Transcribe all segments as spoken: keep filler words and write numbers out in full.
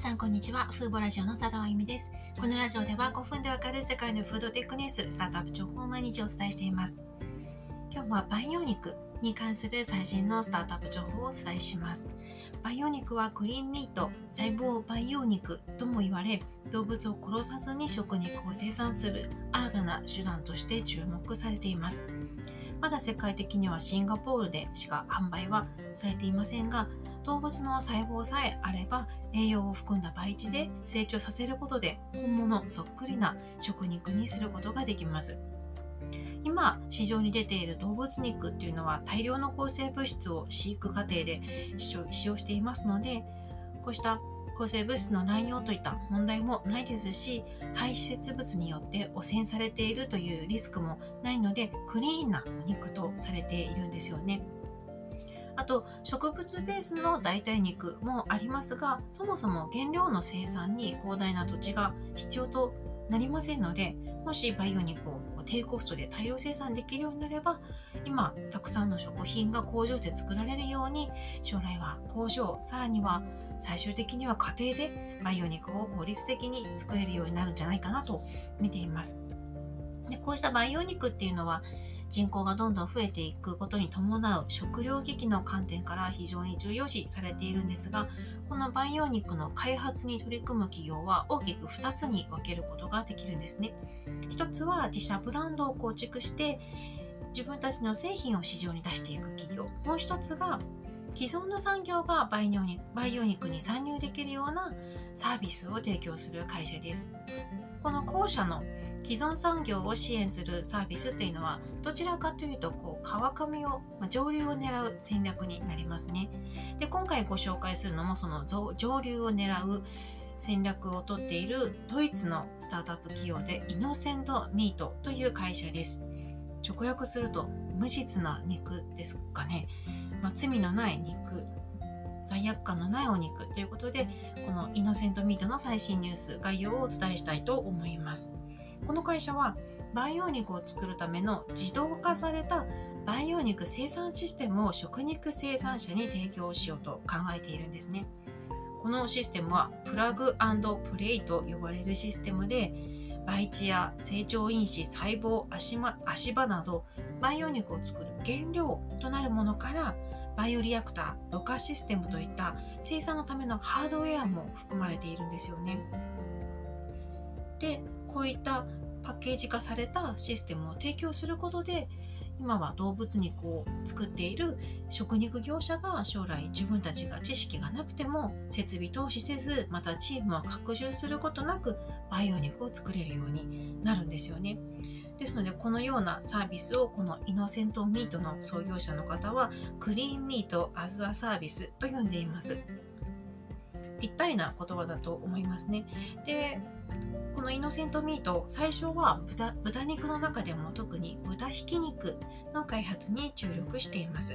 さんこんにちは。フーボラジオの佐藤あゆみです。このラジオではごふんでわかる世界のフードテックニュース、スタートアップ情報を毎日お伝えしています。今日は培養肉に関する最新のスタートアップ情報をお伝えします。培養肉はクリーンミート、細胞培養肉とも言われ、動物を殺さずに食肉を生産する新たな手段として注目されています。まだ世界的にはシンガポールでしか販売はされていませんが、動物の細胞さえあれば栄養を含んだ培地で成長させることで本物そっくりな食肉にすることができます。今市場に出ている動物肉っていうのは大量の抗生物質を飼育過程で使用していますので、こうした抗生物質の乱用といった問題もないですし、排泄物によって汚染されているというリスクもないので、クリーンなお肉とされているんですよね。あと植物ベースの代替肉もありますが、そもそも原料の生産に広大な土地が必要となりませんので、もし培養肉を低コストで大量生産できるようになれば、今たくさんの食品が工場で作られるように、将来は工場、さらには最終的には家庭で培養肉を効率的に作れるようになるんじゃないかなと見ています。でこうした培養肉っていうのは人口がどんどん増えていくことに伴う食糧危機の観点から非常に重要視されているんですが、この培養肉の開発に取り組む企業は大きくふたつに分けることができるんですね。ひとつは自社ブランドを構築して自分たちの製品を市場に出していく企業、もうひとつが既存の産業が培養肉、培養肉に参入できるようなサービスを提供する会社です。この後者の既存産業を支援するサービスというのは、どちらかというとこう川上を、まあ、上流を狙う戦略になりますね。で今回ご紹介するのもその上流を狙う戦略をとっているドイツのスタートアップ企業でイノセントミートという会社です。直訳すると無実な肉ですかね。まあ、罪のない肉、罪悪感のないお肉ということで、このイノセントミートの最新ニュース概要をお伝えしたいと思います。この会社は培養肉を作るための自動化された培養肉生産システムを食肉生産者に提供しようと考えているんですね。このシステムはプラグ&プレイと呼ばれるシステムで、培地や成長因子、細胞、足場、足場など培養肉を作る原料となるものから、バイオリアクター、ろ過システムといった生産のためのハードウェアも含まれているんですよね。で、こういったパッケージ化されたシステムを提供することで、今は動物肉を作っている食肉業者が将来自分たちが知識がなくても設備投資せず、またチームを拡充することなく培養肉を作れるようになるんですよね。ですのでこのようなサービスをこのイノセントミートの創業者の方はクリーンミートアズアサービスと呼んでいます。ぴったりな言葉だと思いますね。でこのイノセントミート、最初は 豚, 豚肉の中でも特に豚ひき肉の開発に注力しています。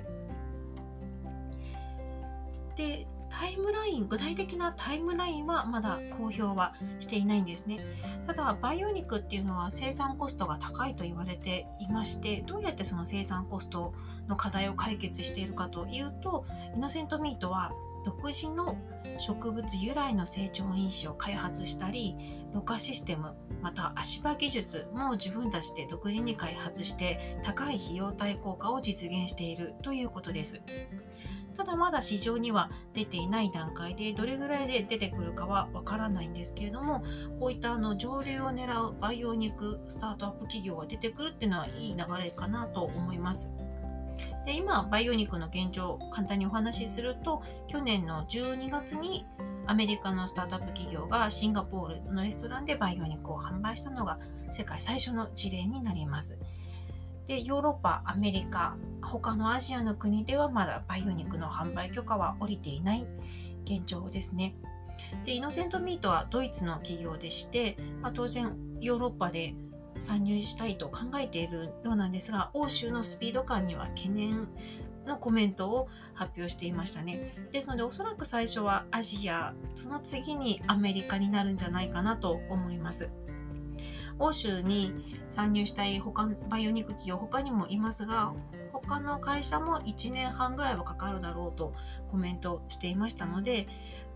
でタイムライン、具体的なタイムラインはまだ公表はしていないんですね。ただ培養肉っていうのは生産コストが高いと言われていまして、どうやってその生産コストの課題を解決しているかというと、イノセントミートは独自の植物由来の成長因子を開発したり、ろ過システム、また足場技術も自分たちで独自に開発して高い費用対効果を実現しているということです。ただまだ市場には出ていない段階で、どれぐらいで出てくるかはわからないんですけれども、こういったあの上流を狙う培養肉スタートアップ企業が出てくるっていうのはいい流れかなと思います。で今培養肉の現状を簡単にお話しすると、去年のじゅうにがつにアメリカのスタートアップ企業がシンガポールのレストランで培養肉を販売したのが世界最初の事例になります。でヨーロッパ、アメリカ、他のアジアの国ではまだ培養肉の販売許可は下りていない現状ですね。でイノセントミートはドイツの企業でして、まあ、当然ヨーロッパで参入したいと考えているようなんですが、欧州のスピード感には懸念のコメントを発表していましたね。ですのでおそらく最初はアジア、その次にアメリカになるんじゃないかなと思います。欧州に参入したい他培養肉企業他にもいますが、他の会社もいちねんはんぐらいはかかるだろうとコメントしていましたので、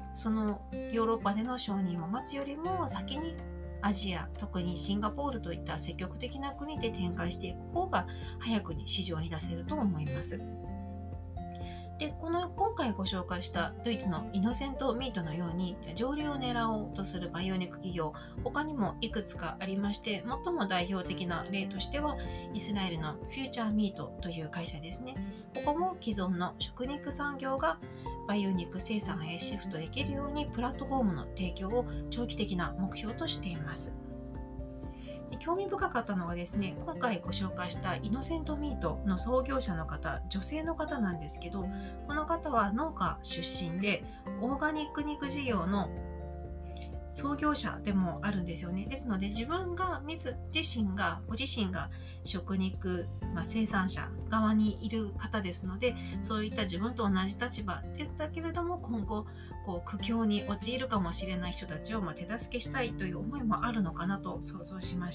そのヨーロッパでの承認を待つよりも先にアジア、特にシンガポールといった積極的な国で展開していく方が早くに市場に出せると思います。で、この今回ご紹介したドイツのイノセントミートのように上流を狙おうとする培養肉企業、他にもいくつかありまして、最も代表的な例としてはイスラエルのフューチャーミートという会社ですね。ここも既存の食肉産業が培養肉生産へシフトできるようにプラットフォームの提供を長期的な目標としています。興味深かったのはですね、今回ご紹介したイノセントミートの創業者の方、女性の方なんですけど、この方は農家出身でオーガニック肉事業の創業者でもあるんですよね。ですので自分が自身がご自身が食肉、まあ、生産者側にいる方ですので、そういった自分と同じ立場だけれども今後こう苦境に陥るかもしれない人たちをまあ手助けしたいという思いもあるのかなと想像しました。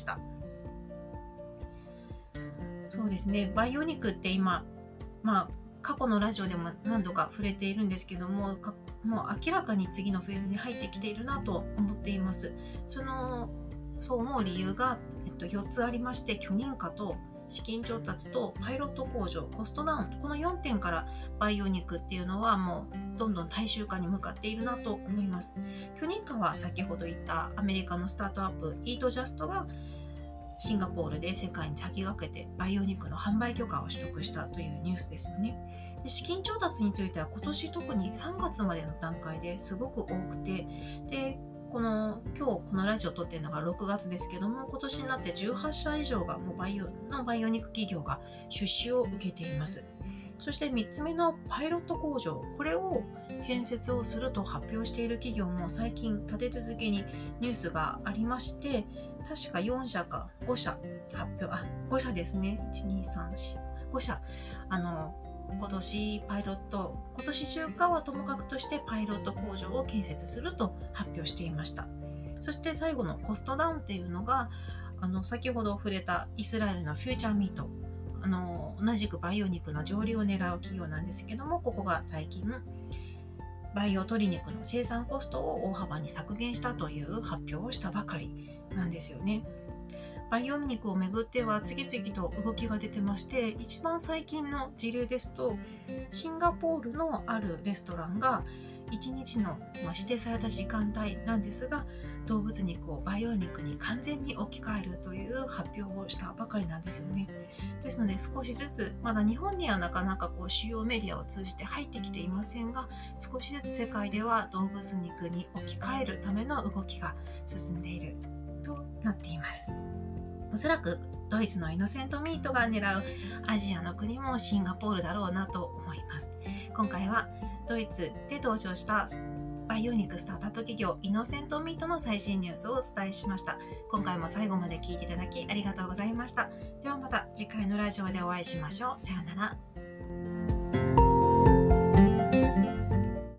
そうですね、培養肉って今、まあ、過去のラジオでも何度か触れているんですけども、もう明らかに次のフェーズに入ってきているなと思っています。そのそう思う理由が、えっと、よっつありまして、許認可と資金調達とパイロット工場、コストダウン、このよんてんから培養肉っていうのはもうどんどん大衆化に向かっているなと思います。許認可は先ほど言ったアメリカのスタートアップイートジャストがシンガポールで世界に先駆けて培養肉の販売許可を取得したというニュースですよね。で、資金調達については今年特にさんがつまでの段階ですごく多くて、でこの今日このラジオを撮っているのがろくがつですけども、今年になってじゅうはっしゃ以上がもう培養の培養肉企業が出資を受けています。そしてみっつめのパイロット工場、これを建設をすると発表している企業も最近立て続けにニュースがありまして、確かよんしゃかごしゃ発表、あ、ごしゃですね。いち、に、さん、よん、ごしゃ。あの、今年パイロット、今年中かはともかくとしてパイロット工場を建設すると発表していました。そして最後のコストダウンっていうのが、あの、先ほど触れたイスラエルのフューチャーミート。あの、同じく培養肉の上流を狙う企業なんですけども、ここが最近、培養鶏肉の生産コストを大幅に削減したという発表をしたばかりなんですよね。培養肉をめぐっては次々と動きが出てまして、一番最近の事例ですと、シンガポールのあるレストランがいちにちの指定された時間帯なんですが、動物肉を培養肉に完全に置き換えるという発表をしたばかりなんですよね。ですので少しずつ、まだ日本にはなかなかこう主要メディアを通じて入ってきていませんが、少しずつ世界では動物肉に置き換えるための動きが進んでいるとなっています。おそらくドイツのイノセントミートが狙うアジアの国もシンガポールだろうなと思います。今回はドイツで登場した培養肉スタートアップ企業イノセントミートの最新ニュースをお伝えしました。今回も最後まで聞いていただきありがとうございました。ではまた次回のラジオでお会いしましょう。さようなら。